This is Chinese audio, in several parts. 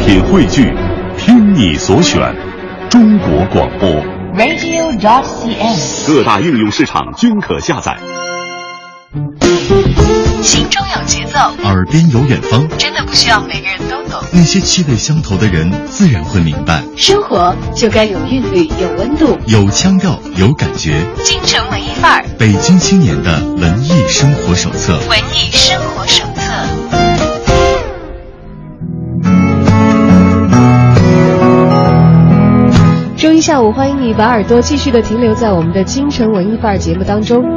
品汇聚，听你所选，中国广播 radio.cn， 各大应用市场均可下载。 心中有节奏， 耳边有远方， 真的不需要每个人都懂。 那些气味相投的人自然会明白， 生活就该有韵律，有温度， 有腔调，有感觉。 京城文艺范儿， 北京青年的文艺生活手册。 文艺生活手册。 周一下午，欢迎你把耳朵继续的停留在我们的京城文艺范儿节目当中。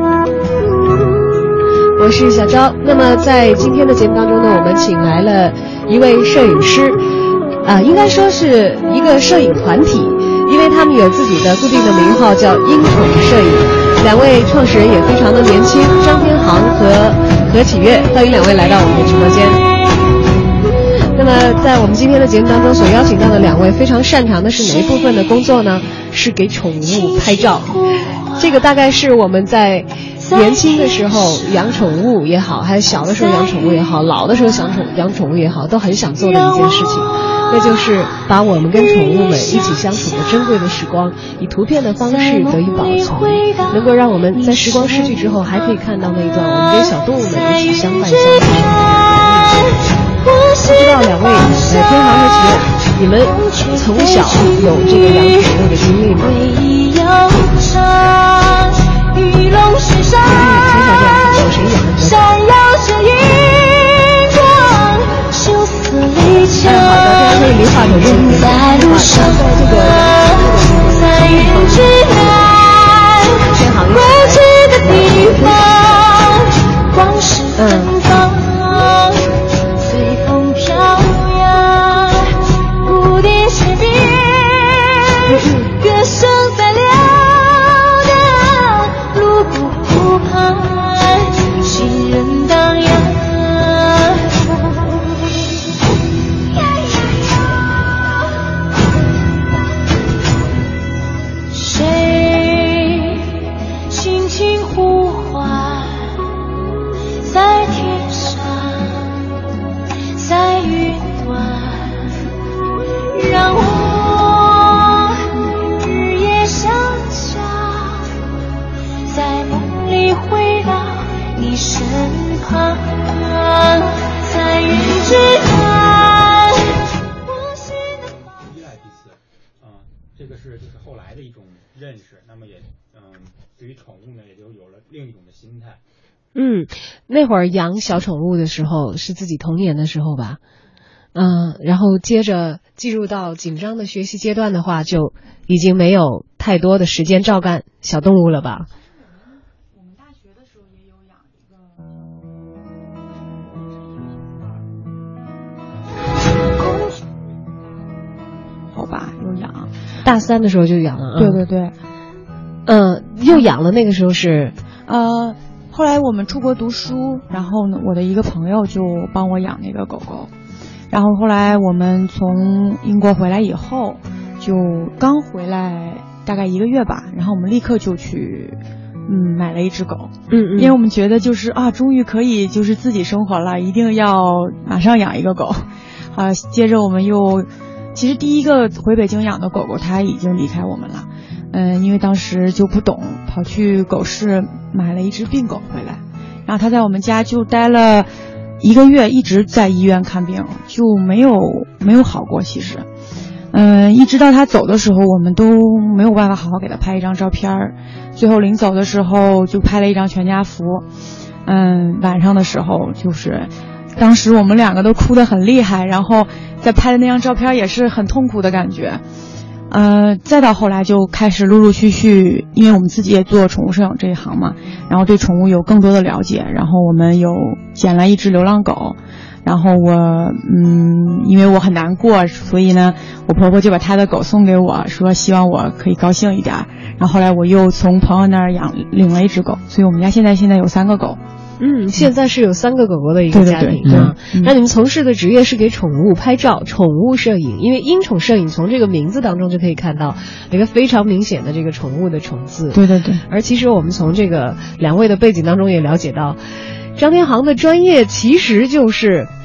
我是小昭。那么在今天的节目当中呢，我们请来了一位摄影师，应该说是一个摄影团体，因为他们有自己的固定的名号叫英宠摄影。两位创始人也非常的年轻，张天航和何启月，欢迎两位来到我们的直播间。那么在我们今天的节目当中所邀请到的两位非常擅长的是哪一部分的工作呢？是给宠物拍照。这个大概是我们在年轻的时候养宠物也好，还是小的时候养宠物也好，老的时候养宠物也好，都很想做的一件事情，那就是把我们跟宠物们一起相处的珍贵的时光以图片的方式得以保存，能够让我们在时光逝去之后还可以看到那一段我们跟小动物们一起相伴相处。不知道两位天航和启月，你们从小有这个养宠物的经历吗？从小这样有谁养的比较好？好的，大家可以离话筒近一点。在这个在远之南，天航过去的地方，光是芬芳，随风飘扬，蝴蝶身边，歌声在了的泸沽湖畔，行人荡漾。 认识，那么也对于宠物呢也就有了另一种的心态。 那会儿养小宠物的时候是自己童年的时候吧，然后接着进入到紧张的学习阶段的话，就已经没有太多的时间照干小动物了吧。 我们大学的时候也有养一个好吧，有养。 大三的时候就养了。 对对对。 又养了，那个时候是后来我们出国读书，然后呢我的一个朋友就帮我养那个狗狗，然后后来我们从英国回来以后，就刚回来大概1个月吧，然后我们立刻就去买了一只狗。因为我们觉得就是终于可以就是自己生活了，一定要马上养一个狗。接着我们又其实第一个回北京养的狗狗它已经离开我们了，因为当时就不懂，跑去狗市买了一只病狗回来，然后它在我们家就待了1个月，一直在医院看病，就没有好过。其实一直到它走的时候，我们都没有办法好好给它拍一张照片，最后临走的时候就拍了一张全家福。晚上的时候就是当时我们2个都哭得很厉害，然后在拍的那张照片也是很痛苦的感觉。再到后来就开始陆陆续续，因为我们自己也做宠物摄影这一行嘛，然后对宠物有更多的了解，然后我们有捡了一只流浪狗，然后我因为我很难过，所以呢我婆婆就把她的狗送给我，说希望我可以高兴一点，然后后来我又从朋友那儿领了一只狗，所以我们家现在有3个狗。 现在是有3个狗狗的一个家庭。那你们从事的职业是给宠物拍照，宠物摄影，因为英宠摄影从这个名字当中就可以看到一个非常明显的这个宠物的宠字。 对对对。 而其实我们从这个2位的背景当中也了解到，张天航的专业其实就是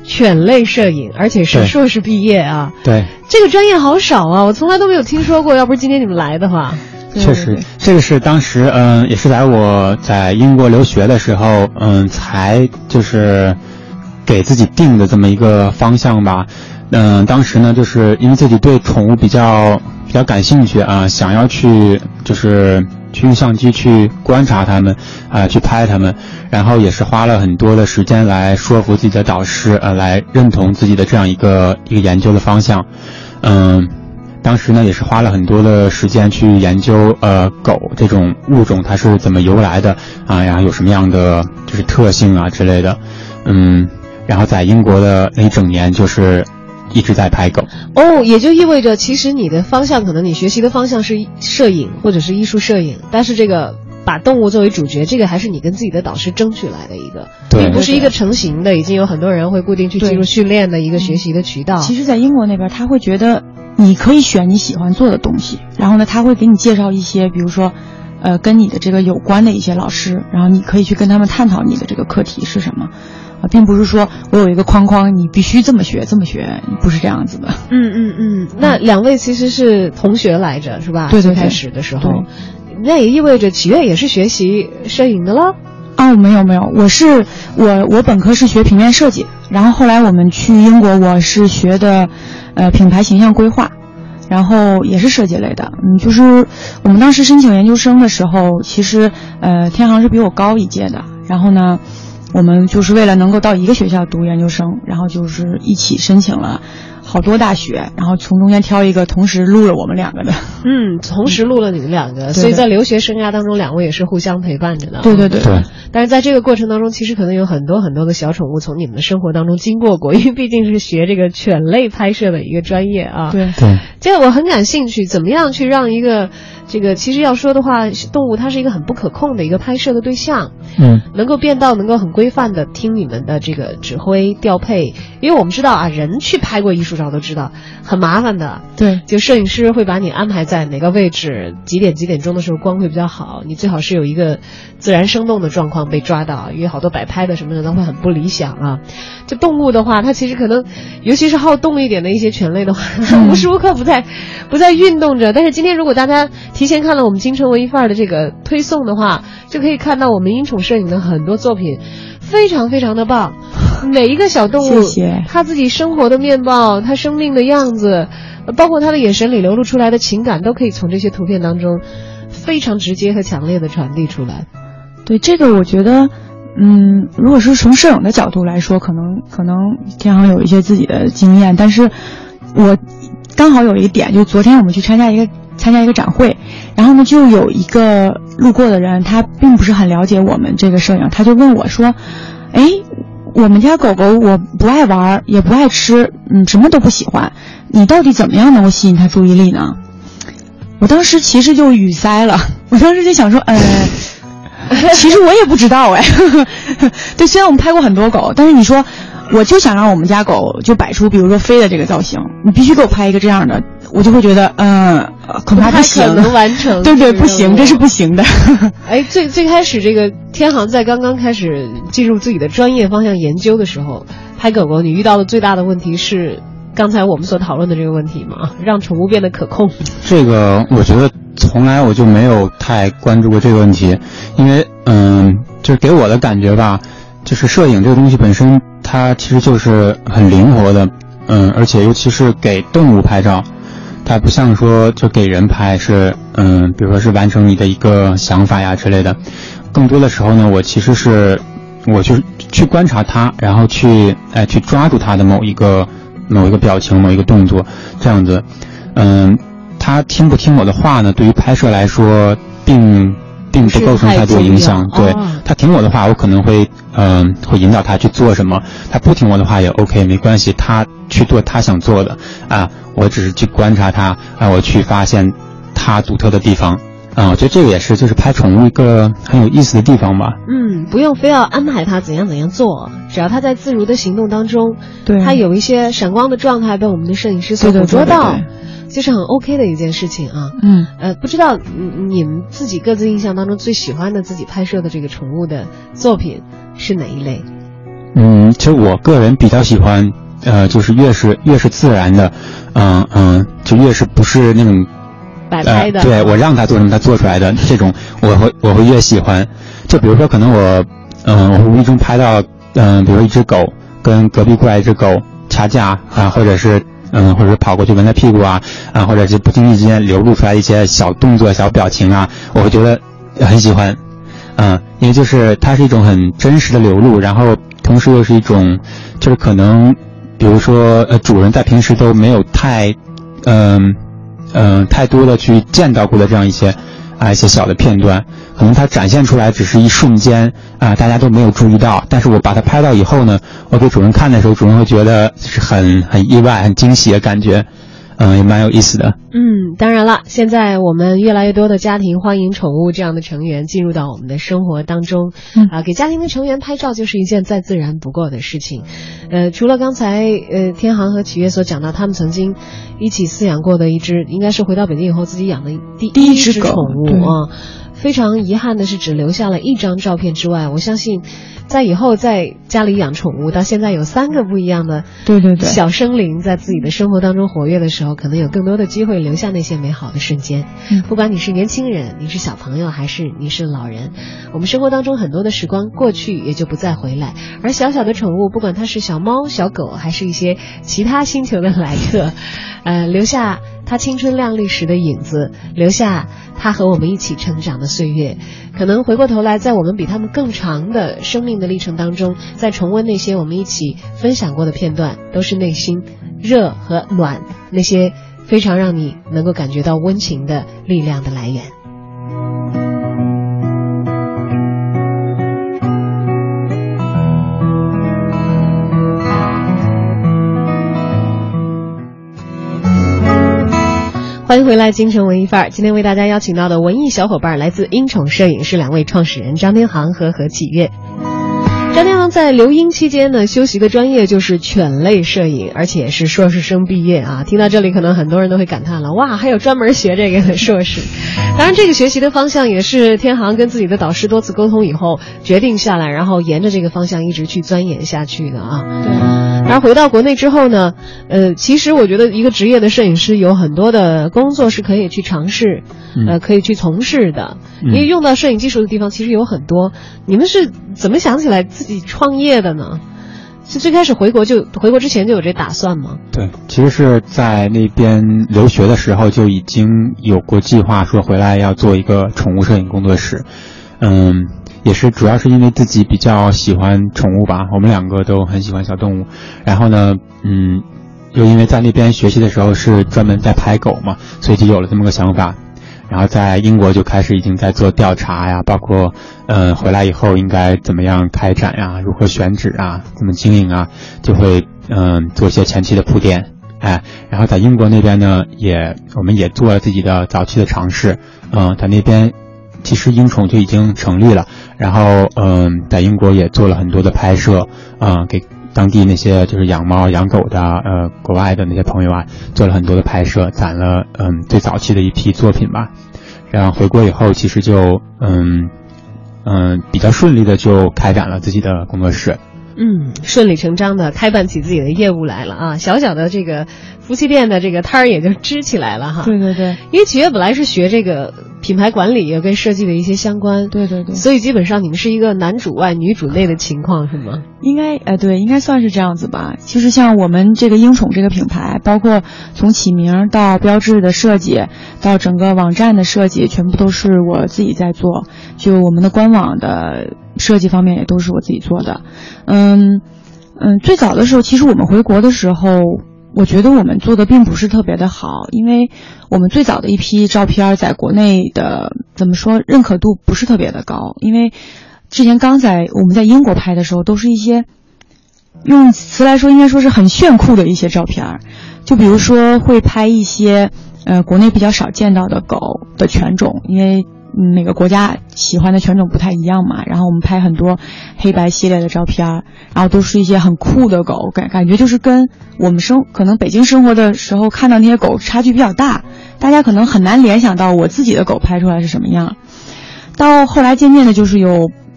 犬类摄影，而且是硕士毕业啊。 对， 这个专业好少啊，我从来都没有听说过。要不是今天你们来的话， 确实，这个是当时也是在我在英国留学的时候，才就是给自己定的这么一个方向吧。当时呢，就是因为自己对宠物比较感兴趣啊，想要去就是去用相机去观察它们去拍它们，然后也是花了很多的时间来说服自己的导师来认同自己的这样一个研究的方向。当时呢也是花了很多的时间去研究狗这种物种它是怎么由来的然后有什么样的就是特性啊之类的。然后在英国的那一整年就是一直在拍狗。 也就意味着其实你的方向可能你学习的方向是摄影或者是艺术摄影，但是这个把动物作为主角，这个还是你跟自己的导师争取来的一个，并不是一个成型的已经有很多人会固定去进入训练的一个学习的渠道。 其实在英国那边他会觉得你可以选你喜欢做的东西，然后呢他会给你介绍一些比如说跟你的这个有关的一些老师，然后你可以去跟他们探讨你的这个课题是什么并不是说我有一个框框你必须这么学，不是这样子的。 那两位其实是同学来着是吧？ 对， 最开始的时候，那也意味着启悦也是学习摄影的了。 没有，我本科是学平面设计，然后后来我们去英国，我是学的品牌形象规划，然后也是设计类的。就是我们当时申请研究生的时候，其实天航是比我高一届的，然后呢我们就是为了能够到一个学校读研究生，然后就是一起申请了好多大学，然后从中间挑一个同时录了我们两个的。 同时录了你们两个，所以在留学生涯当中两位也是互相陪伴着的。 对。 但是在这个过程当中，其实可能有很多很多的小宠物从你们的生活当中经过过，因为毕竟是学这个犬类拍摄的一个专业啊。 对， 这个我很感兴趣，怎么样去让一个这个其实要说的话，动物它是一个很不可控的一个拍摄的对象，能够变到能够很规范的听你们的这个指挥调配，因为我们知道人去拍过艺术照都知道很麻烦的。 对， 就摄影师会把你安排在哪个位置，几点钟的时候光会比较好，你最好是有一个自然生动的状况被抓到，因为好多摆拍的什么的都会很不理想啊。这动物的话，它其实可能尤其是好动一点的一些犬类的话，无时无刻不在运动着。但是今天如果大家提前看了我们京城文艺范儿的这个推送的话，就可以看到我们英宠摄影的很多作品非常非常的棒，每一个小动物它自己生活的面貌，它生命的样子，包括它的眼神里流露出来的情感，都可以从这些图片当中非常直接和强烈的传递出来。 对，这个我觉得如果是从摄影的角度来说，可能天航有一些自己的经验，但是我刚好有一个点，就昨天我们去参加一个展会，然后呢就有一个路过的人，他并不是很了解我们这个摄影，他就问我说我们家狗狗我不爱玩也不爱吃，什么都不喜欢，你到底怎么样能够吸引它注意力呢？我当时其实就语塞了，我当时就想说其实我也不知道对，虽然我们拍过很多狗，但是你说我就想让我们家狗就摆出比如说飞的这个造型，你必须给我拍一个这样的，我就会觉得恐怕不行， 可能完成。 对，不行，这是不行的。 最开始这个天航在刚刚开始进入自己的专业方向研究的时候，拍狗狗你遇到的最大的问题是刚才我们所讨论的这个问题吗？让宠物变得可控。 这个我觉得从来我就没有太关注过这个问题，因为就是给我的感觉吧，就是摄影这个东西本身它其实就是很灵活的，而且尤其是给动物拍照，它不像说就给人拍是比如说是完成你的一个想法呀之类的，更多的时候呢，我其实是我去观察它，然后去抓住它的某一个表情，某一个动作，这样子。他听不听我的话呢？对于拍摄来说，并不构成太多影响。对，他听我的话，我可能会引导他去做什么；他不听我的话也 OK， 没关系，他去做他想做的我只是去观察他我去发现他独特的地方。我觉得这个也是就是拍宠物一个很有意思的地方吧。 不用非要安排他怎样做，只要他在自如的行动当中， 对， 他有一些闪光的状态被我们的摄影师所捕捉到，就是很 OK 的一件事情啊。不知道你们自己各自印象当中最喜欢的自己拍摄的这个宠物的作品是哪一类？ 其实我个人比较喜欢，就是越是自然的，就越是不是那种摆拍的， 对，我让他做什么他做出来的这种，我会越喜欢。就比如说可能我无意中拍到，比如一只狗跟隔壁过来一只狗掐架啊，或者是跑过去闻它屁股啊，或者是不经意之间流露出来一些小动作、小表情啊，我会觉得很喜欢。因为就是它是一种很真实的流露，然后同时又是一种，就是可能，比如说主人在平时都没有太多的去见到过的这样一些小的片段，可能它展现出来只是一瞬间大家都没有注意到，但是我把它拍到以后呢，我给主人看的时候，主人会觉得是很意外、很惊喜的感觉。也蛮有意思的。 当然了，现在我们越来越多的家庭欢迎宠物这样的成员进入到我们的生活当中。给家庭的成员拍照就是一件再自然不过的事情。除了刚才天航和启悦所讲到他们曾经一起饲养过的一只，应该是回到北京以后自己养的第一只宠物啊。非常遗憾的是只留下了一张照片之外，我相信在以后在家里养宠物，到现在有3个不一样的小生灵在自己的生活当中活跃的时候，可能有更多的机会留下那些美好的瞬间。不管你是年轻人，你是小朋友，还是你是老人，我们生活当中很多的时光过去也就不再回来，而小小的宠物，不管它是小猫小狗还是一些其他星球的来客，留下它青春靓丽时的影子，留下它和我们一起成长的岁月，可能回过头来在我们比他们更长的生命的历程当中，再重温那些我们一起分享过的片段，都是内心热和暖，那些非常让你能够感觉到温情的力量的来源。欢迎回来，京城文艺范儿。今天为大家邀请到的文艺小伙伴来自英宠摄影，是2位创始人张天航和何启悦。张天航在留英期间呢，修习的专业就是犬类摄影，而且是硕士生毕业啊。听到这里，可能很多人都会感叹了，哇，还有专门学这个的硕士。当然，这个学习的方向也是天航跟自己的导师多次沟通以后决定下来，然后沿着这个方向一直去钻研下去的啊。对。而回到国内之后呢，其实我觉得一个职业的摄影师有很多的工作是可以去尝试，可以去从事的。因为用到摄影技术的地方其实有很多。你们是怎么想起来自己创业的呢？是最开始回国之前就有这打算吗？ 对，其实是在那边留学的时候就已经有过计划，说回来要做一个宠物摄影工作室。也是主要是因为自己比较喜欢宠物吧，我们2个都很喜欢小动物。然后呢，又因为在那边学习的时候是专门在拍狗嘛，所以就有了这么个想法。然后在英国就开始已经在做调查呀，包括回来以后应该怎么样开展呀，如何选址啊，怎么经营啊，就会做一些前期的铺垫。然后在英国那边呢，我们也做了自己的早期的尝试。在那边其实英宠就已经成立了，然后在英国也做了很多的拍摄，给当地那些就是养猫养狗的国外的那些朋友啊，做了很多的拍摄，攒了最早期的一批作品吧。然后回国以后，其实就比较顺利的就开展了自己的工作室。 顺理成章的开办起自己的业务来了啊！小小的这个夫妻店的这个摊儿也就支起来了哈。 对对对， 因为启悦本来是学这个品牌管理，也跟设计的一些相关。 对对对， 所以基本上你们是一个男主外女主内的情况是吗？ 应该对，应该算是这样子吧。其实像我们这个英宠这个品牌，包括从起名到标志的设计，到整个网站的设计，全部都是我自己在做。就我们的官网的设计方面也都是我自己做的。最早的时候，其实我们回国的时候，我觉得我们做的并不是特别的好，因为我们最早的一批照片在国内的怎么说认可度不是特别的高，因为之前我们在英国拍的时候，都是一些用词来说应该说是很炫酷的一些照片，就比如说会拍一些国内比较少见到的狗的犬种，因为每个国家喜欢的犬种不太一样嘛，然后我们拍很多黑白系列的照片，然后都是一些很酷的狗，感觉就是跟我们可能北京生活的时候看到那些狗差距比较大，大家可能很难联想到我自己的狗拍出来是什么样。到后来渐渐的就是有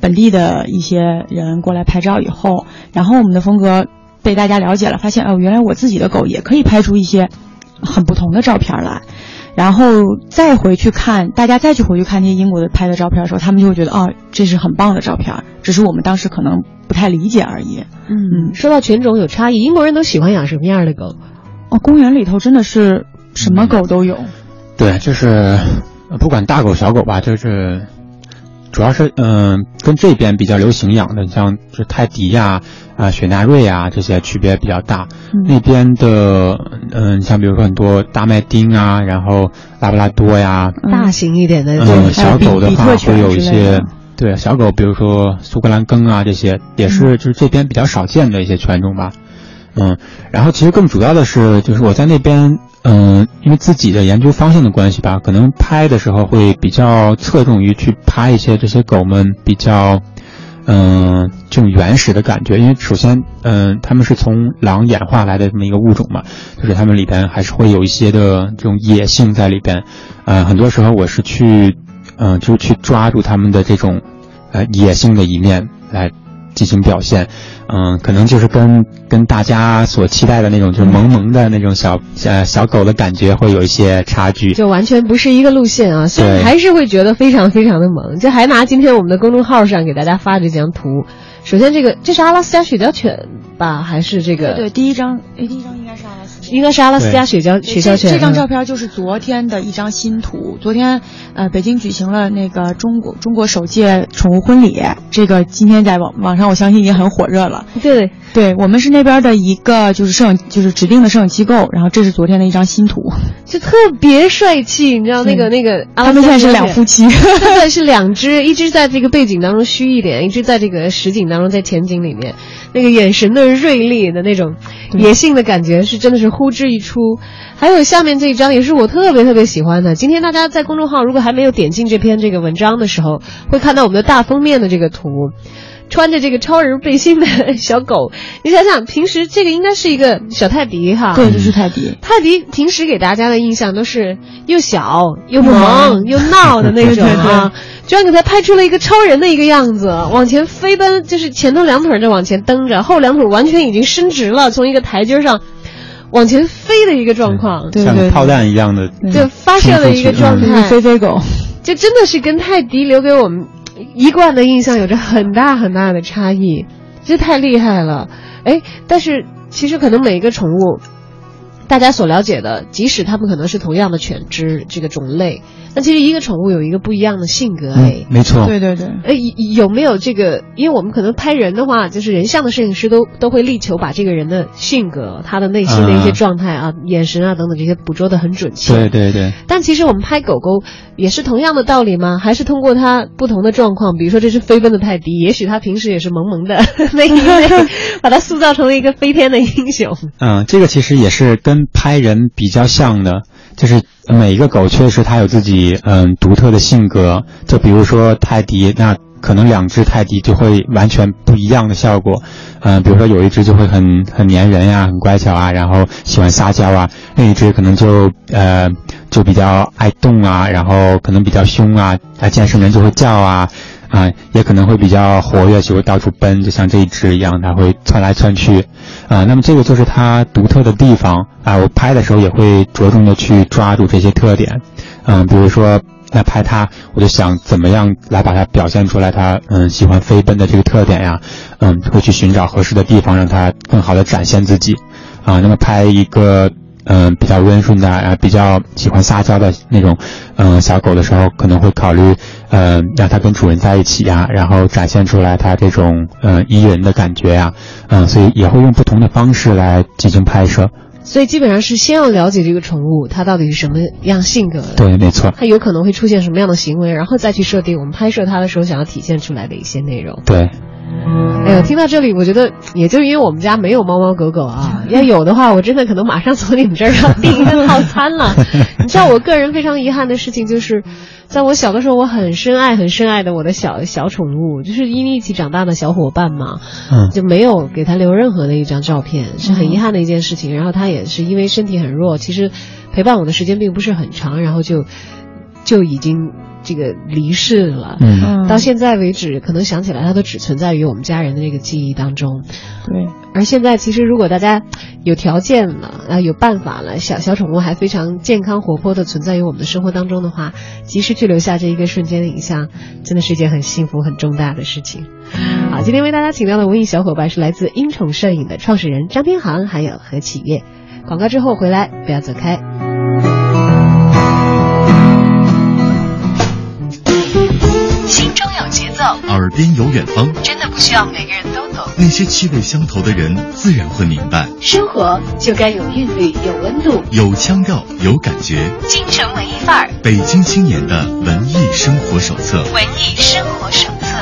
本地的一些人过来拍照以后，然后我们的风格被大家了解了，发现原来我自己的狗也可以拍出一些很不同的照片来。然后再回去看，大家再去回去看那些英国的拍的照片的时候，他们就会觉得这是很棒的照片，只是我们当时可能不太理解而已。 说到犬种有差异，英国人都喜欢养什么样的狗？ 公园里头真的是什么狗都有。 对，就是不管大狗小狗吧，就是主要是跟这边比较流行养的，像是泰迪呀、雪纳瑞啊这些区别比较大。那边的像比如说很多大麦丁啊，然后拉布拉多呀， 大型一点的小狗的话会有一些。对，小狗比如说苏格兰梗啊，这些也是就是这边比较少见的一些犬种吧。然后其实更主要的是，就是我在那边因为自己的研究方向的关系吧，可能拍的时候会比较侧重于去拍一些这些狗们比较这种原始的感觉。因为首先他们是从狼演化来的这么一个物种嘛，就是他们里边还是会有一些的这种野性在里边。很多时候我是去就是去抓住他们的这种野性的一面来进行表现。可能就是跟大家所期待的那种就是萌萌的那种小狗的感觉会有一些差距， 就完全不是一个路线啊。所以还是会觉得非常非常的萌。就还拿今天我们的公众号上给大家发这张图。首先这是阿拉斯加雪橇犬吧，还是这个？ 对，第一张应该是阿拉斯加， 应该是阿拉斯加雪橇犬。 这张照片就是昨天的一张新图。昨天北京举行了那个中国首届宠物婚礼，这个今天在网上我相信也很火热了。对，我们是那边的一个就是指定的摄影机构，然后这是昨天的一张新图， 就特别帅气，你知道那个他们现在是两夫妻， 对，是两只，一只在这个背景当中虚一点，一只在这个实景当中在前景里面，那个眼神的锐利的那种野性的感觉是真的是呼之欲出。还有下面这一张也是我特别特别喜欢的。今天大家在公众号如果还没有点进这篇这个文章的时候，会看到我们的大封面的这个图。穿着这个超人背心的小狗，你想想，平时这个应该是一个小泰迪哈， 对，就是泰迪。 泰迪平时给大家的印象都是又小又萌又闹的那种啊，居然给他拍出了一个超人的一个样子，往前飞奔，就是前头两腿就往前蹬着，后两腿完全已经伸直了，从一个台阶上往前飞的一个状况， 对，像炮弹一样的， 对，发射的一个状态， 飞狗， 这真的是跟泰迪留给我们一贯的印象有着很大很大的差异，这太厉害了。但是其实可能每一个宠物大家所了解的，即使它们可能是同样的犬只这个种类，那其实一个宠物有一个不一样的性格。 没错， 对。 有没有这个？因为我们可能拍人的话，就是人像的摄影师都会力求把这个人的性格、他的内心的一些状态啊、眼神啊等等这些捕捉得很准确。 对。 但其实我们拍狗狗也是同样的道理吗？还是通过它不同的状况，比如说这只飞奔的泰迪，也许它平时也是萌萌的那一类，把它塑造成了一个飞天的英雄。 这个其实也是跟拍人比较像的，就是每一个狗确实它有自己独特的性格。就比如说泰迪，那可能两只泰迪就会完全不一样的效果。比如说有一只就会很粘人呀，很乖巧啊，然后喜欢撒娇啊；另一只可能就比较爱动啊，然后可能比较凶啊，见生人就会叫啊。也可能会比较活跃，就会到处奔，就像这一只一样，它会窜来窜去。那么这个就是它独特的地方我拍的时候也会着重的去抓住这些特点。比如说那拍它，我就想怎么样来把它表现出来，它喜欢飞奔的这个特点呀，会去寻找合适的地方，让它更好的展现自己。那么拍一个比较温顺的比较喜欢撒娇的那种小狗的时候，可能会考虑让它跟主人在一起呀，然后展现出来它这种依人的感觉呀，所以也会用不同的方式来进行拍摄。 所以基本上是先要了解这个宠物它到底是什么样性格的， 对，没错， 它有可能会出现什么样的行为，然后再去设定我们拍摄它的时候想要体现出来的一些内容。 对。 听到这里我觉得也就是因为我们家没有猫猫狗狗啊，要有的话我真的可能马上从你们这儿要订一个套餐了。你知道我个人非常遗憾的事情就是在我小的时候，我很深爱的我的小宠物，就是因为一起长大的小伙伴嘛，就没有给他留任何的一张照片，是很遗憾的一件事情。然后他也是因为身体很弱，其实陪伴我的时间并不是很长，然后就已经这个离世了，到现在为止，可能想起来它都只存在于我们家人的这个记忆当中。 对， 而现在其实如果大家有条件了有办法了，小宠物还非常健康活泼的存在于我们的生活当中的话，及时去留下这一个瞬间的影像，真的是一件很幸福很重大的事情。好，今天为大家请到的文艺小伙伴是来自英宠摄影的创始人张天航还有何启月。广告之后回来，不要走开。 心中有节奏， 耳边有远方， 真的不需要每个人都懂。 那些气味相投的人自然会明白， 生活就该有韵律有温度， 有腔调有感觉。 京城文艺范儿， 北京青年的文艺生活手册。 文艺生活手册。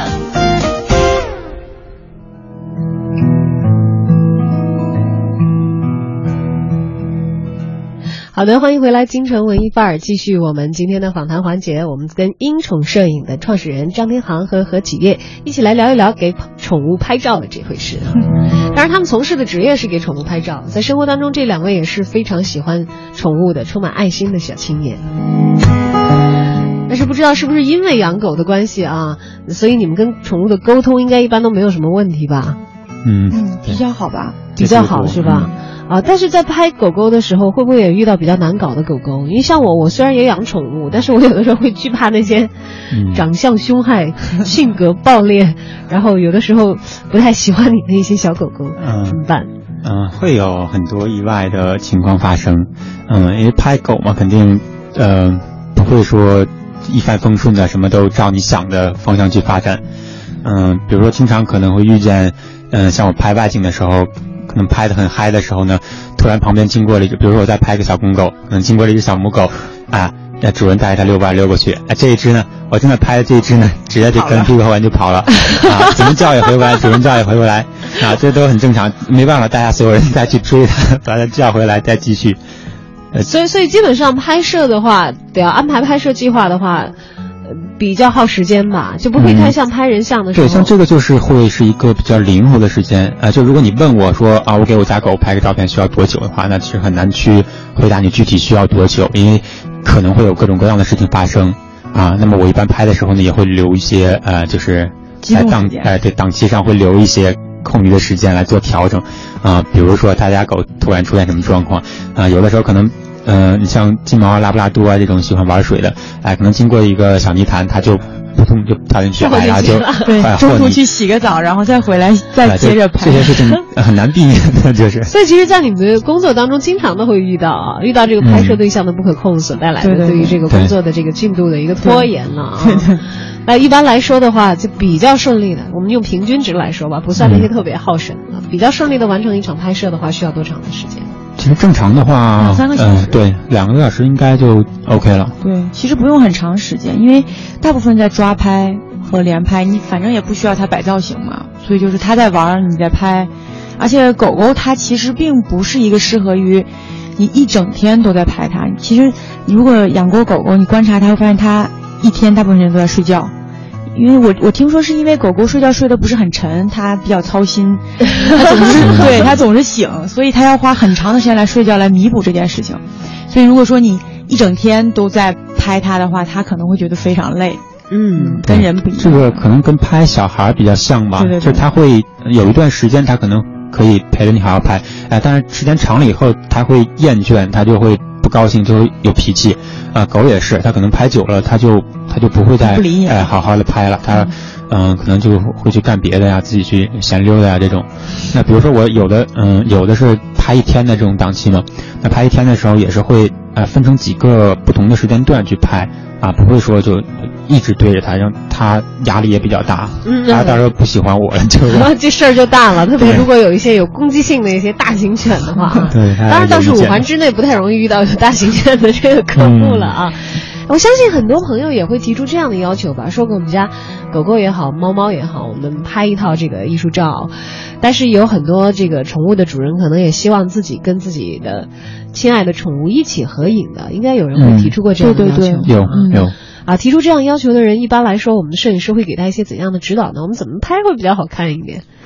好的，欢迎回来京城文艺范儿，继续我们今天的访谈环节。我们跟英宠摄影的创始人张天航和何启月一起来聊一聊给宠物拍照的这回事。当然他们从事的职业是给宠物拍照，在生活当中这两位也是非常喜欢宠物的充满爱心的小青年。但是不知道是不是因为养狗的关系啊，所以你们跟宠物的沟通应该一般都没有什么问题吧？ 比较好吧， 比较好是吧？但是在拍狗狗的时候，会不会也遇到比较难搞的狗狗？因为像我虽然也养宠物，但是我有的时候会惧怕那些长相凶害、性格暴烈，然后有的时候不太喜欢你的一些小狗狗，怎么办？ 会有很多意外的情况发生。因为拍狗嘛，肯定不会说一帆风顺的，什么都照你想的方向去发展。比如说经常可能会遇见，像我拍外景的时候。可能拍得很嗨的时候呢，突然旁边经过了比如说我在拍一个小公狗，可能经过了一只小母狗那主人带着它溜过去，这一只呢，我正在拍的这一只呢，直接就跟屁股后完就跑了怎么叫也回不来，主人叫也回不来这都很正常，没办法，大家所有人再去追它，把它叫回来再继续。 所以基本上拍摄的话，得要安排拍摄计划的话。比较耗时间吧，就不会太像拍人像的时候。 对，像这个就是会是一个比较灵活的时间就如果你问我说我给我家狗拍个照片需要多久的话，那其实很难去回答你具体需要多久，因为可能会有各种各样的事情发生那么我一般拍的时候呢，也会留一些就是在档期上会留一些空余的时间来做调整比如说他家狗突然出现什么状况有的时候可能你像金毛拉布拉多这种喜欢玩水的可能经过一个小泥潭，它就扑通就跳进去然后就中途去洗个澡，然后再回来再接着拍， 这些事情很难避免的就是所以其实在你们的工作当中经常都会遇到这个拍摄对象的不可控所带来的对于这个工作的这个进度的一个拖延了那一般来说的话就比较顺利的，我们用平均值来说吧，不算那些特别耗神比较顺利的完成一场拍摄的话需要多长的时间？ 其实正常的话 2-3个小时对2个小时应该就 OK 了。 对，其实不用很长时间，因为大部分在抓拍和连拍，你反正也不需要它摆造型嘛，所以就是它在玩你在拍。而且狗狗它其实并不是一个适合于你一整天都在拍它，其实你如果养过狗狗，你观察它会发现它一天大部分时间都在睡觉。因为我听说是因为狗狗睡觉睡得不是很沉，它比较操心，它总是醒，所以它要花很长的时间来睡觉来弥补这件事情。所以如果说你一整天都在拍它的话，它可能会觉得非常累。跟人不一样。 这个可能跟拍小孩比较像吧， 对， 就是他会有一段时间他可能可以陪着你好好拍，但是时间长了以后他会厌倦，他就会不高兴，就会有脾气狗也是，他可能拍久了他就不会再好好的拍了，他可能就会去干别的呀，自己去闲溜达呀这种。那比如说我有的是拍一天的这种档期嘛，那拍一天的时候也是会分成几个不同的时间段去拍不会说就一直对着他，让他压力也比较大，他到时候不喜欢我了，就是这事儿就大了。特别如果有一些有攻击性的一些大型犬的话， 对， 当然倒是5环之内不太容易遇到有大型犬的这个客户了我相信很多朋友也会提出这样的要求吧，说给我们家狗狗也好，猫猫也好，我们拍一套这个艺术照。但是有很多这个宠物的主人可能也希望自己跟自己的亲爱的宠物一起合影的，应该有人会提出过这样的要求。 对， 有提出这样要求的人，一般来说我们的摄影师会给他一些怎样的指导呢？我们怎么拍会比较好看一点？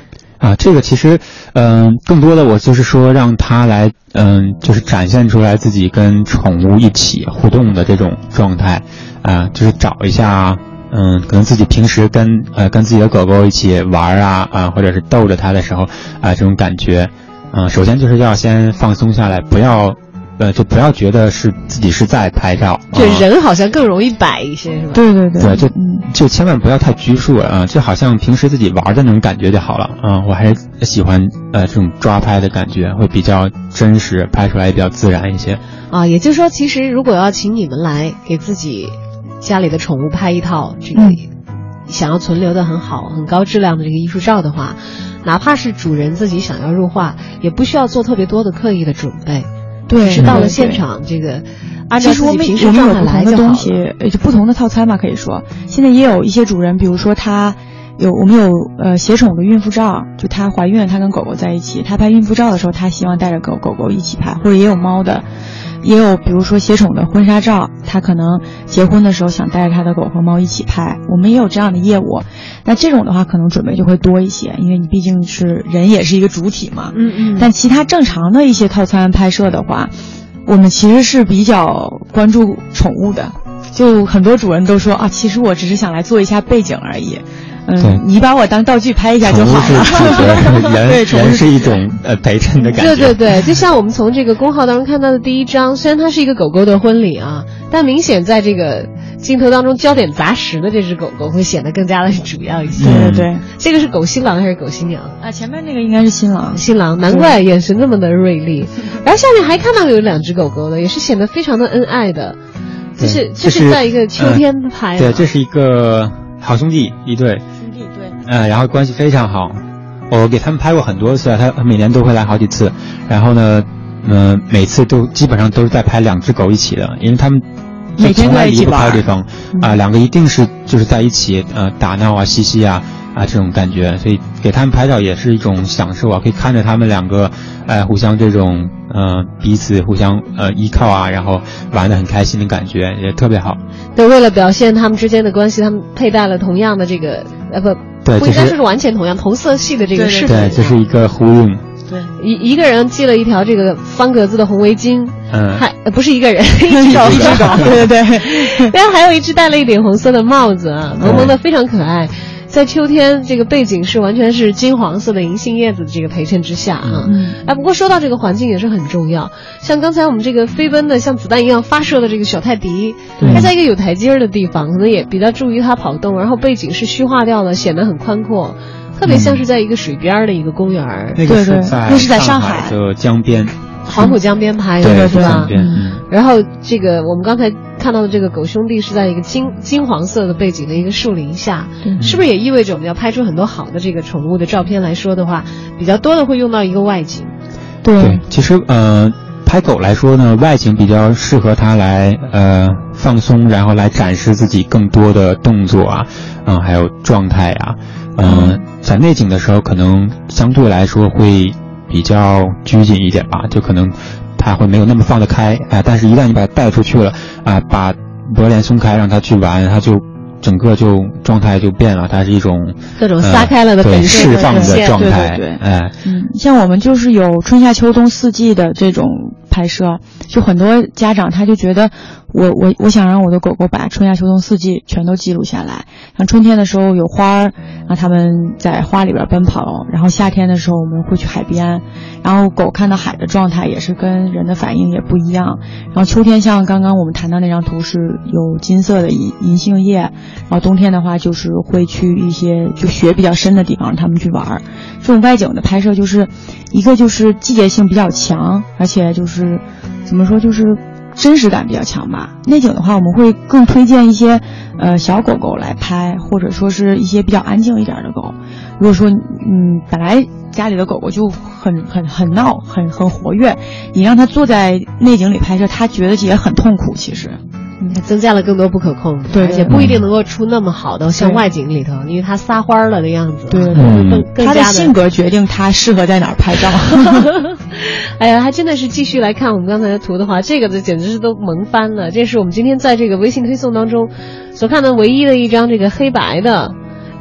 这个其实，更多的我就是说让他来，就是展现出来自己跟宠物一起互动的这种状态，就是找一下，可能自己平时跟自己的狗狗一起玩或者是逗着它的时候，这种感觉，首先就是要先放松下来，就不要觉得是自己是在拍照， 这人好像更容易摆一些，是吧？ 对， 就千万不要太拘束了就好像平时自己玩的那种感觉就好了我还是喜欢这种抓拍的感觉，会比较真实，拍出来也比较自然一些也就是说，其实如果要请你们来给自己家里的宠物拍一套这个想要存留的很好、很高质量的这个艺术照的话，哪怕是主人自己想要入画，也不需要做特别多的刻意的准备。 对， 是到了现场，这个按照自己平时状态来就好了。 其实我们有不同的东西，就不同的套餐嘛，可以说，现在也有一些主人，比如说我们有携宠的孕妇照，就她怀孕了，她跟狗狗在一起，她拍孕妇照的时候，她希望带着狗狗一起拍，或者也有猫的，也有比如说携宠的婚纱照，她可能结婚的时候想带着她的狗和猫一起拍，我们也有这样的业务。那这种的话可能准备就会多一些，因为你毕竟是人也是一个主体嘛。但其他正常的一些套餐拍摄的话，我们其实是比较关注宠物的，就很多主人都说其实我只是想来做一下背景而已。你把我当道具拍一下就好了。 人是一种陪衬的感觉。 对，就像我们从这个公号当中看到的第一张，虽然它是一个狗狗的婚礼但明显在这个镜头当中焦点砸实的这只狗狗会显得更加的主要一些。 对， 这个是狗新郎还是狗新娘前面那个应该是新郎， 难怪眼神那么的锐利。然后下面还看到有2只狗狗的，也是显得非常的恩爱的。这是在一个秋天拍的。 对，这是一个好兄弟一对。然后关系非常好，我给他们拍过很多次他每年都会来好几次，然后呢每次都基本上都是在拍2只狗一起的，因为他们每天从来离不开对方2个一定是就是在一起打闹嬉戏这种感觉，所以给他们拍照也是一种享受可以看着他们2个互相这种彼此互相依靠然后玩得很开心的感觉也特别好。 对，为了表现他们之间的关系，他们佩戴了同样的这个不应该说是完全同样同色系的这个饰品。 对，这是一个呼应。 对，一个人系了一条这个方格子的红围巾，还不是一个人，一只狗，对，然后还有一只戴了一顶红色的帽子萌萌的，非常可爱。在秋天，这个背景是完全是金黄色的银杏叶子的这个陪衬之下不过说到这个环境也是很重要，像刚才我们这个飞奔的像子弹一样发射的这个小泰迪，它在一个有台阶的地方，可能也比较助于它跑动，然后背景是虚化掉了，显得很宽阔，特别像是在一个水边的一个公园。 那个是在上海的江边， 黄浦江边拍的是吧？然后这个我们刚才看到的这个狗兄弟是在一个金黄色的背景的一个树林下，是不是也意味着我们要拍出很多好的这个宠物的照片来说的话，比较多的会用到一个外景？ 对，其实拍狗来说呢，外景比较适合它来放松，然后来展示自己更多的动作还有状态在内景的时候可能相对来说会比较拘谨一点吧，就可能它会没有那么放得开但是一旦你把它带出去了把脖链松开让它去玩，它就整个就状态就变了，它是一种各种撒开了的本释放的状态。 对，像我们就是有春夏秋冬4季的这种拍摄，就很多家长他就觉得我想让我的狗狗把春夏秋冬4季全都记录下来，像春天的时候有花让他们在花里边奔跑，然后夏天的时候我们会去海边，然后狗看到海的状态也是跟人的反应也不一样，然后秋天像刚刚我们谈到那张图是有金色的银杏叶，然后冬天的话就是会去一些就雪比较深的地方让他们去玩。这种外景的拍摄就是一个就是季节性比较强，而且就是怎么说就是真实感比较强吧。内景的话我们会更推荐一些小狗狗来拍，或者说是一些比较安静一点的狗。如果说本来家里的狗狗就很闹很活跃，你让它坐在内景里拍摄，它觉得也很痛苦其实。 增加了更多不可控， 对， 而且不一定能够出那么好的像外景里头，因为它撒欢了的样子， 对， 更它的性格决定它适合在哪儿拍照。 哎呀，还真的是继续来看我们刚才的图的话，这个简直是都萌翻了。这是我们今天在这个微信推送当中所看的唯一的一张这个黑白的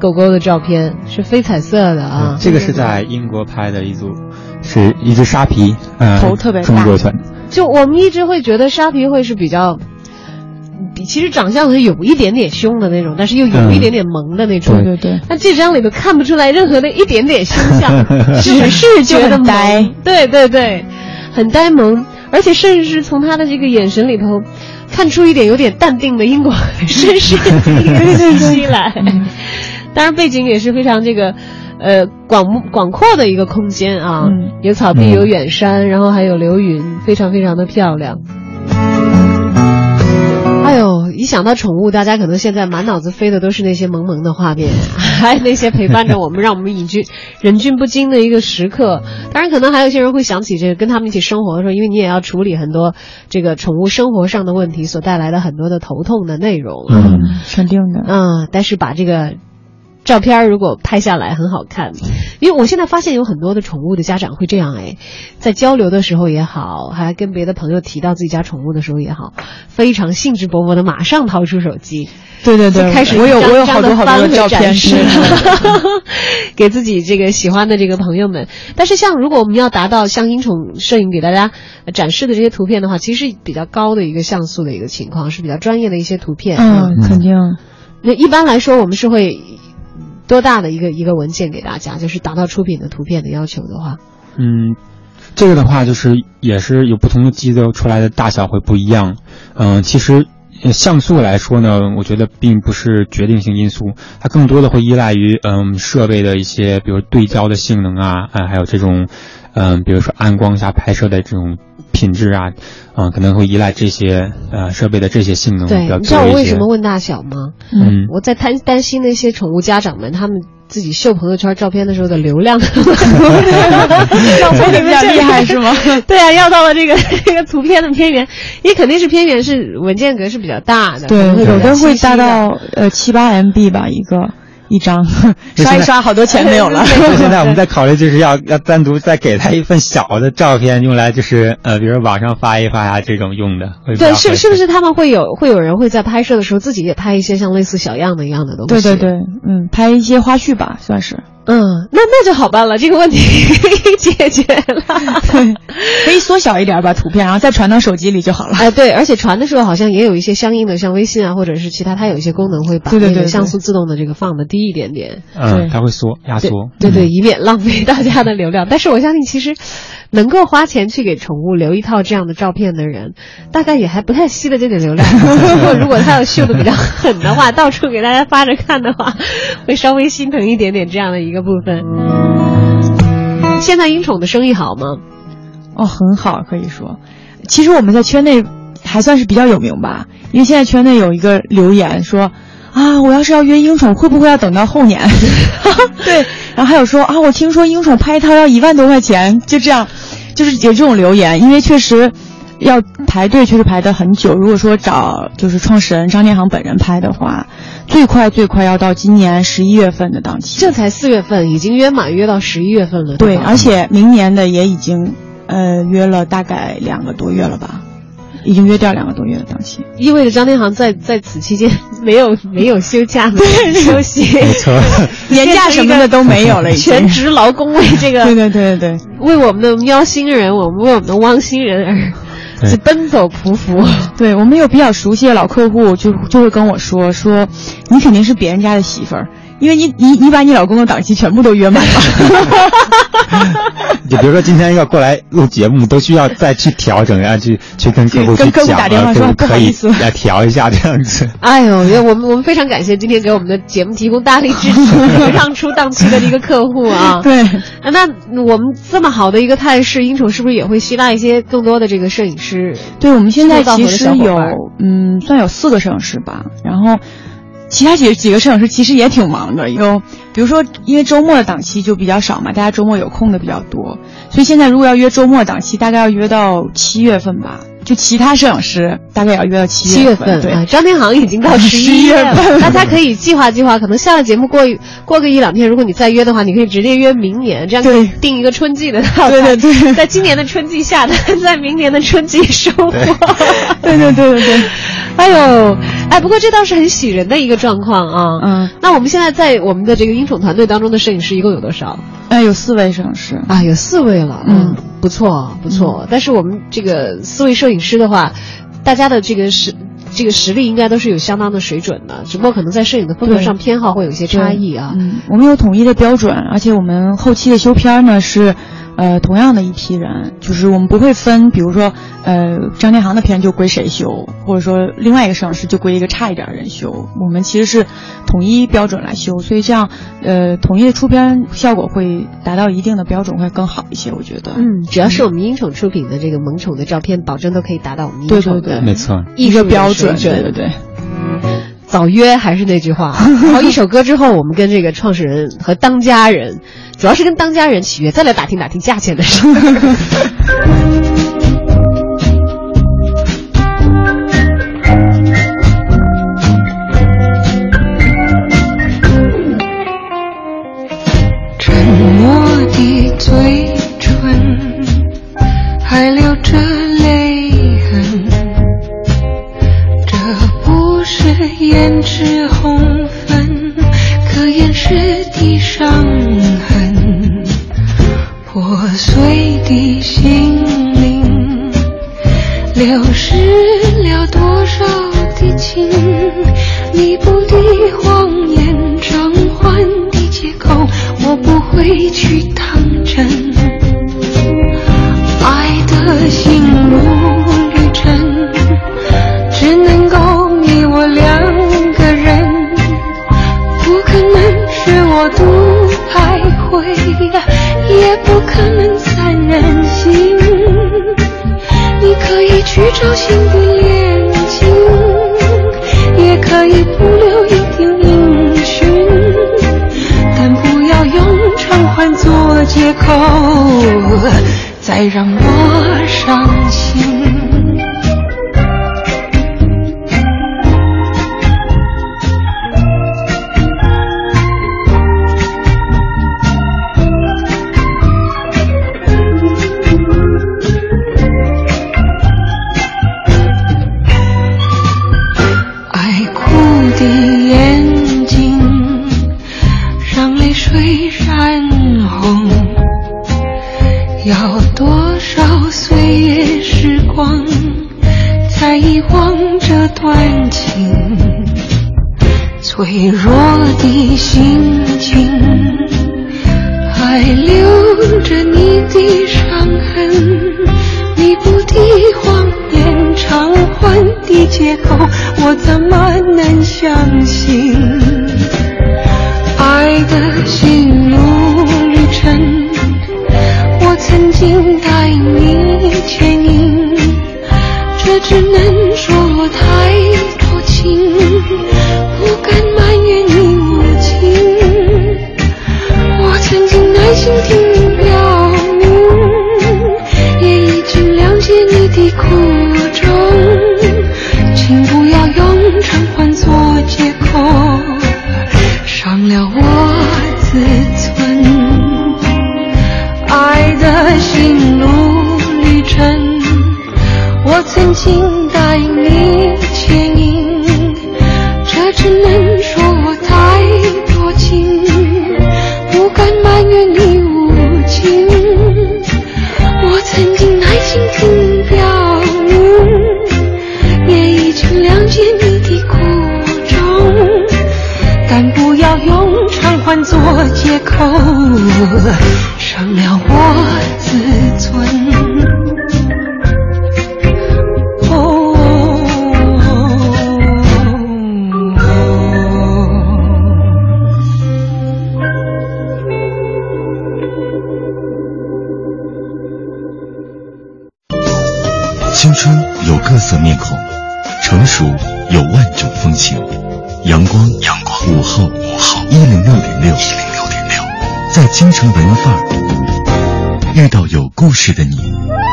狗狗的照片，是非彩色的啊。 这个是在英国拍的一组，是一只沙皮， 头特别大， 中国犬。 就我们一直会觉得沙皮会是比较，其实长相是有一点点凶的那种，但是又有一点点萌的那种。 对对对。 但这张里头看不出来任何的一点点凶相，只是觉得呆。 对对对，很呆萌，而且甚至是从他的这个眼神里头看出一点有点淡定的英国绅士的一个气息来。当然背景也是非常这个广阔的一个空间啊，有草地有远山，然后还有流云，非常非常的漂亮。哎呦，一想到宠物，大家可能现在满脑子飞的都是那些萌萌的画面，还有那些陪伴着我们让我们忍俊不禁的一个时刻。当然可能还有些人会想起这个跟他们一起生活的时候，因为你也要处理很多这个宠物生活上的问题所带来的很多的头痛的内容。 肯定的。 但是把这个照片如果拍下来很好看，因为我现在发现有很多的宠物的家长会这样在交流的时候也好，还跟别的朋友提到自己家宠物的时候也好，非常兴致勃勃的马上掏出手机， 对对对， 开始我有好多的照片是给自己这个喜欢的这个朋友们。但是像如果我们要达到像英宠摄影给大家展示的这些图片的话，其实是比较高的一个像素的一个情况，是比较专业的一些图片。 肯定。 那一般来说我们是会多大的一个文件给大家，就是达到出品的图片的要求的话？ 这个的话就是也是有不同的机子出来的大小会不一样。其实像素来说呢，我觉得并不是决定性因素，它更多的会依赖于设备的一些，比如对焦的性能啊，还有这种比如说暗光下拍摄的这种品质啊，可能会依赖这些设备的这些性能比较多一些。 对，你知道我为什么问大小吗？我在担心那些宠物家长们他们自己秀朋友圈照片的时候的流量要飞得比较厉害是吗？ 对啊，要到了这个图片的偏远，也肯定是偏远，是文件格是比较大的。 对，有的会大到7-8 MB 吧一张，刷一刷好多钱没有了。 现在我们在考虑就是要单独再给他一份小的照片，用来就是比如网上发一发呀这种用的。 对，是不是他们会有人会在拍摄的时候自己也拍一些像类似小样的一样的东西？ 对对对，拍一些花絮吧，算是。 那就好办了，这个问题可以解决了。 对，可以缩小一点把图片，然后再传到手机里就好了。 对，而且传的时候好像也有一些相应的，像微信啊或者是其他，它有一些功能会把那个像素自动的这个放的低一点点。 它会压缩。 对，以免浪费大家的流量。但是我相信，其实能够花钱去给宠物留一套这样的照片的人，大概也还不太惜了这个流量。如果他要秀的比较狠的话，到处给大家发着看的话，会稍微心疼一点点这样的一个部分。现在英宠的生意好吗？ 很好，可以说。其实我们在圈内还算是比较有名吧，因为现在圈内有一个留言说我要是要约英宠，会不会要等到后年？对，然后还有说我听说英宠拍一套要1万多块钱，就这样，就是有这种留言，因为确实要排队，确实排得很久。如果说找就是创始人张建航本人拍的话，最快要到今年11月份的档期。 这才4月份，已经约满，约到11月份了。 对，而且明年的也已经约了大概2个多月了吧。已经约掉2个多月的档期， 意味着张天航在此期间没有休假，没有休息， 没错， 年假什么的都没有了， 全职劳工为这个， 对， 为我们的喵星人，为我们的汪星人而奔走匍匐。 对，我们有比较熟悉的老客户就会跟我说你肯定是别人家的媳妇儿，因为你把你老公的档期全部都约满了。 就比如说今天要过来录节目，都需要再去调整，然后去跟客户去讲， 打电话说不好意思，来调一下这样子。 哎呦，我们非常感谢今天给我们的节目提供大力支持、让出档期的一个客户啊。 对， 那我们这么好的一个态势，英宠是不是也会吸纳一些更多的这个摄影师？ 对，我们现在其实有算有4个摄影师吧，然后其他几个摄影师其实也挺忙的，比如说因为周末的档期就比较少嘛，大家周末有空的比较多，所以现在如果要约周末档期，大概要约到7月份吧。就其他摄影师大概也要约到7月份。 对，张天航已经到11月份，大家可以计划计划，可能下了节目过个1-2天，如果你再约的话，你可以直接约明年，这样可以定一个春季的套餐。对，在今年的春季下单，在明年的春季收货。 对。 哎呦， 哎，不过这倒是很喜人的一个状况啊。那我们现在在我们的这个音宠团队当中的摄影师一共有多少？ 有4位摄影师啊，有4位了。不错不错。但是我们这个4位摄影师的话，大家的这个实力应该都是有相当的水准的，只不过可能在摄影的风格上偏好会有一些差异啊。 我们有统一的标准，而且我们后期的修片呢是同样的一批人，就是我们不会分，比如说张建航的片就归谁修，或者说另外一个摄影师就归一个差一点的人修，我们其实是统一标准来修，所以这样统一的出片效果会达到一定的标准，会更好一些，我觉得。 只要是我们音宠出品的这个萌宠的照片，保证都可以达到我们音宠的没错艺术标准。 对。 早约还是那句话，然后一首歌之后，我们跟这个创始人和当家人，主要是跟当家人起约，再来打听打听价钱的事。 沉默的嘴唇还留着泪痕，这不是胭脂红粉，可掩饰的伤痕，破碎的心灵流失了多少的情，弥补的谎言，偿还的借口，我不会去当真。爱的心路旅程只能够你我2个人，不可能是我独徘徊，也不可能3人行。你可以去找新的恋情，也可以不留一点音讯，但不要用偿还做借口，再让我伤心。要多少岁月时光才遗忘这段情，脆弱的心情还留着你的伤痕，弥补的谎言，偿还的借口，我怎么能相信？爱的心路旅程，我曾经带你牵引，这只能说我太多情，不敢埋怨你无情。我曾经耐心听你表明，也已经谅解你的苦衷，请不要用偿还做借口，伤了我自尊。爱的心路旅程，我曾经带你牵引，这只能说我太多情，不敢埋怨你无情。我曾经耐心听你表明，也已经谅解你的苦衷，但不要用偿还做借口，伤了我自尊。 青春有各色面孔，成熟有万种风情。阳光午后106.6，在京城文艺范儿遇到有故事的你。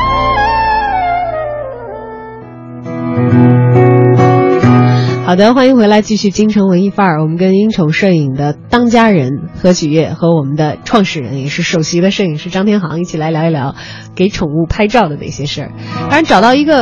好的，欢迎回来，继续京城文艺范儿。我们跟音宠摄影的当家人何许悦和我们的创始人，也是首席的摄影师张天航一起来聊一聊给宠物拍照的那些事儿。当然，找到一个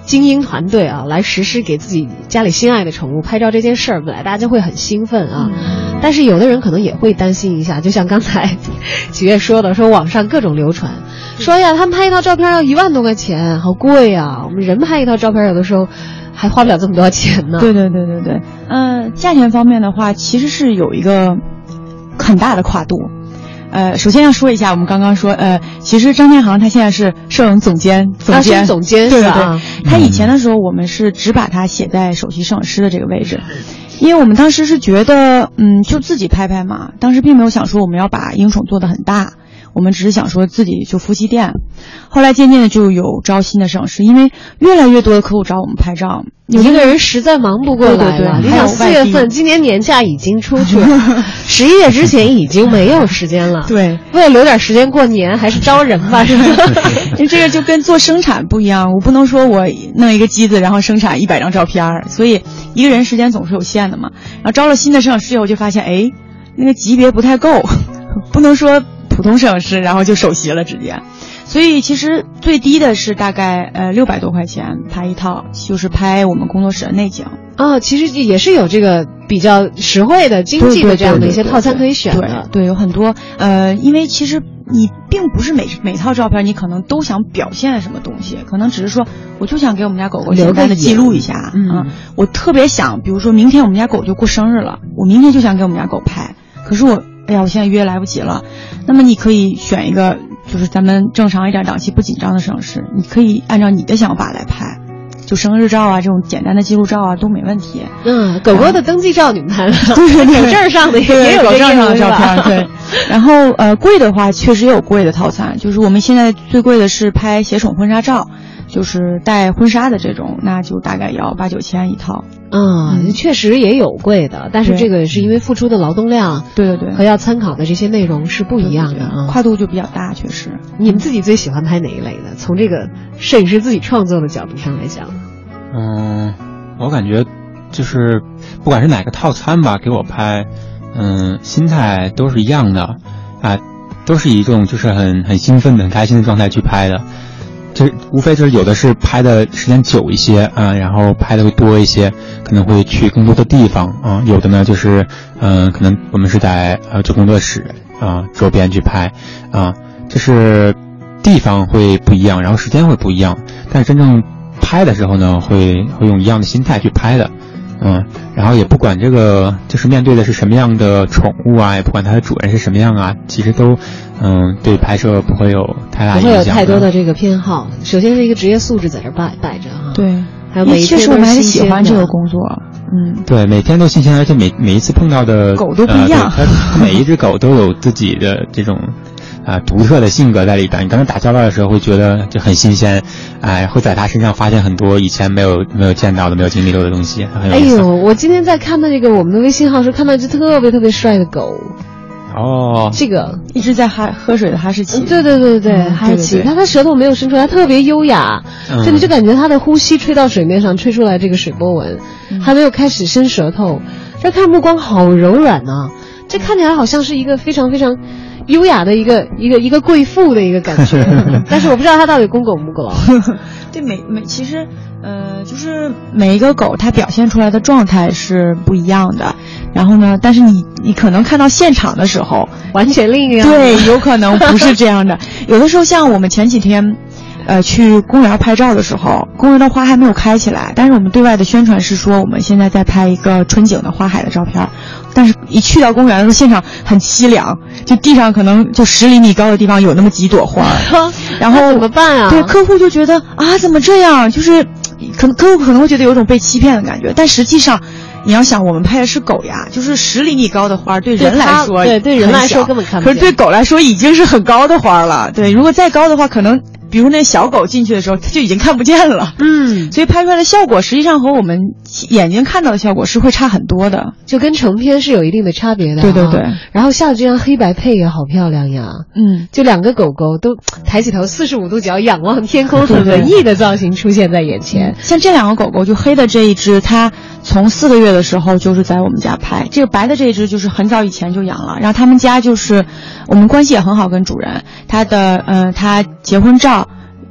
精英团队啊，来实施给自己家里心爱的宠物拍照这件事儿，本来大家就会很兴奋啊。但是有的人可能也会担心一下，就像刚才启月说的，说网上各种流传，说呀，他们拍一套照片要1万多块钱，好贵啊！我们人拍一套照片有的时候还花不了这么多钱呢。 对，价钱方面的话，其实是有一个很大的跨度。首先要说一下，我们刚刚说，其实张天航他现在是摄影总监，对，他以前的时候我们是只把他写在首席摄影师的这个位置，因为我们当时是觉得，就自己拍拍嘛，当时并没有想说我们要把鹰宠做得很大。我们只是想说自己就夫妻店，后来渐渐的就有招新的摄影师，因为越来越多的客户找我们拍照， 有些人实在忙不过来了。你想4月份，今年年假已经出去了，11月之前已经没有时间了。 对， 为了留点时间过年，还是招人吧，是吧？ 因为这个就跟做生产不一样，我不能说我弄一个机子然后生产100张照片，所以一个人时间总是有限的嘛。然后招了新的摄影师以后，就发现那个级别不太够，不能说普通摄影师，然后就首席了直接，所以其实最低的是大概600多块钱拍一套，就是拍我们工作室的内景。 其实也是有这个比较实惠的、经济的这样的一些套餐可以选的。 对，有很多因为其实你并不是每套照片你可能都想表现什么东西，可能只是说我就想给我们家狗狗简单的记录一下我特别想，比如说明天我们家狗就过生日了，我明天就想给我们家狗拍，可是我现在约来不及了。那么你可以选一个就是咱们正常一点、档期不紧张的摄影师，你可以按照你的想法来拍，就生日照啊这种简单的记录照啊都没问题。 狗狗的登记照你们拍了， 对， 狗证上的也有狗证上的照片，对。然后贵的话确实也有贵的套餐，就是我们现在最贵的是拍携宠婚纱照，就是带婚纱的这种，那就大概要8、9千一套。 确实也有贵的，但是这个是因为付出的劳动量， 对， 和要参考的这些内容是不一样的啊， 跨度就比较大，确实。 你们自己最喜欢拍哪一类的？从这个摄影师自己创作的角度上来讲， 我感觉就是不管是哪个套餐吧，给我拍，心态都是一样的啊，都是以一种就是很兴奋的、很开心的状态去拍的。这无非就是有的是拍的时间久一些然后拍的会多一些，可能会去更多的地方有的呢就是可能我们是在就工作室周边去拍就是地方会不一样，然后时间会不一样，但是真正拍的时候呢会用一样的心态去拍的然后也不管这个就是面对的是什么样的宠物也不管它的主人是什么样其实都对拍摄不会有太大影响， 不会有太多的这个偏好。首先是一个职业素质在这摆着对， 还有每一天确实我们还是喜欢这个工作对，每天都新鲜，而且每一次碰到的狗都不一样每一只狗都有自己的这种独特的性格在里边。你刚才打交道的时候会觉得就很新鲜，会在它身上发现很多以前没有见到的、没有经历过的东西，很有意思。 我今天在看到这个我们的微信号时，看到一只特别特别帅的狗。这个一直在喝水的哈士奇。 对，哈士奇，它舌头没有伸出来，特别优雅，就你就感觉它的呼吸吹到水面上，吹出来这个水波纹，还没有开始伸舌头。这看目光好柔软这看起来好像是一个非常非常优雅的一个贵妇的一个感觉，但是我不知道它到底公狗母狗。 对，其实就是每一个狗它表现出来的状态是不一样的，然后呢，但是你可能看到现场的时候完全另一样， 对，有可能不是这样的。有的时候像我们前几天去公园拍照的时候，公园的花还没有开起来，但是我们对外的宣传是说我们现在在拍一个春景的花海的照片，但是一去到公园的时候，现场很凄凉，就地上可能就10厘米高的地方有那么几朵花然后怎么办对，客户就觉得怎么这样，就是客户可能会觉得有种被欺骗的感觉，但实际上你要想，我们拍的是狗呀，就是10厘米高的花，对人来说对人来说根本看不见， 可是对狗来说已经是很高的花了。对，如果再高的话，可能比如那小狗进去的时候，它就已经看不见了。所以拍出来的效果实际上和我们眼睛看到的效果是会差很多的， 就跟成片是有一定的差别的。 对。 然后下的这张黑白配也好漂亮呀。就2个狗狗都抬起头45度角仰望天空，很文艺的造型出现在眼前。 像这2个狗狗，就黑的这一只，它从4个月的时候就是在我们家拍，这个白的这一只就是很早以前就养了，然后他们家就是我们关系也很好，跟主人他结婚照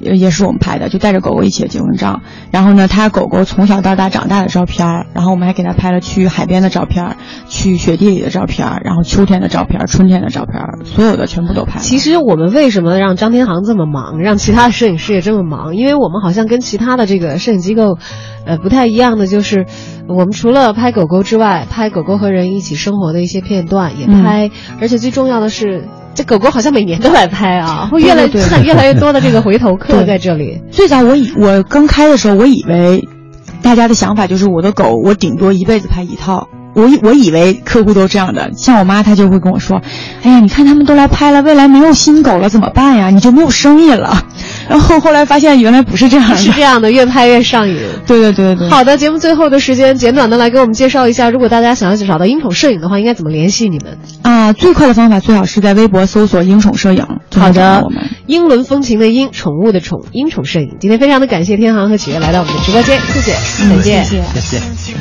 也是我们拍的，就带着狗狗一起的结婚照。然后呢，他狗狗从小到大长大的照片，然后我们还给他拍了去海边的照片，去雪地里的照片，然后秋天的照片，春天的照片，所有的全部都拍了。 其实我们为什么让张天航这么忙，让其他的摄影师也这么忙？因为我们好像跟其他的这个摄影机构不太一样的，就是我们除了拍狗狗之外，拍狗狗和人一起生活的一些片段也拍，而且最重要的是，这狗狗好像每年都来拍啊，会越来越多的这个回头客在这里。 最早我刚开的时候，我以为大家的想法就是我的狗，我顶多一辈子拍一套。我以为客户都这样的，像我妈她就会跟我说，哎呀，你看他们都来拍了，未来没有新狗了怎么办呀？你就没有生意了。然后后来发现原来不是这样的， 是这样的，越拍越上瘾。 对。 好的，节目最后的时间，简短的来给我们介绍一下，如果大家想要找到鹰宠摄影的话，应该怎么联系你们啊？最快的方法最好是在微博搜索鹰宠摄影。 好的，英伦风情的英，宠物的宠，鹰宠摄影。今天非常的感谢天航和启悦来到我们的直播间，谢谢，再见， 谢谢。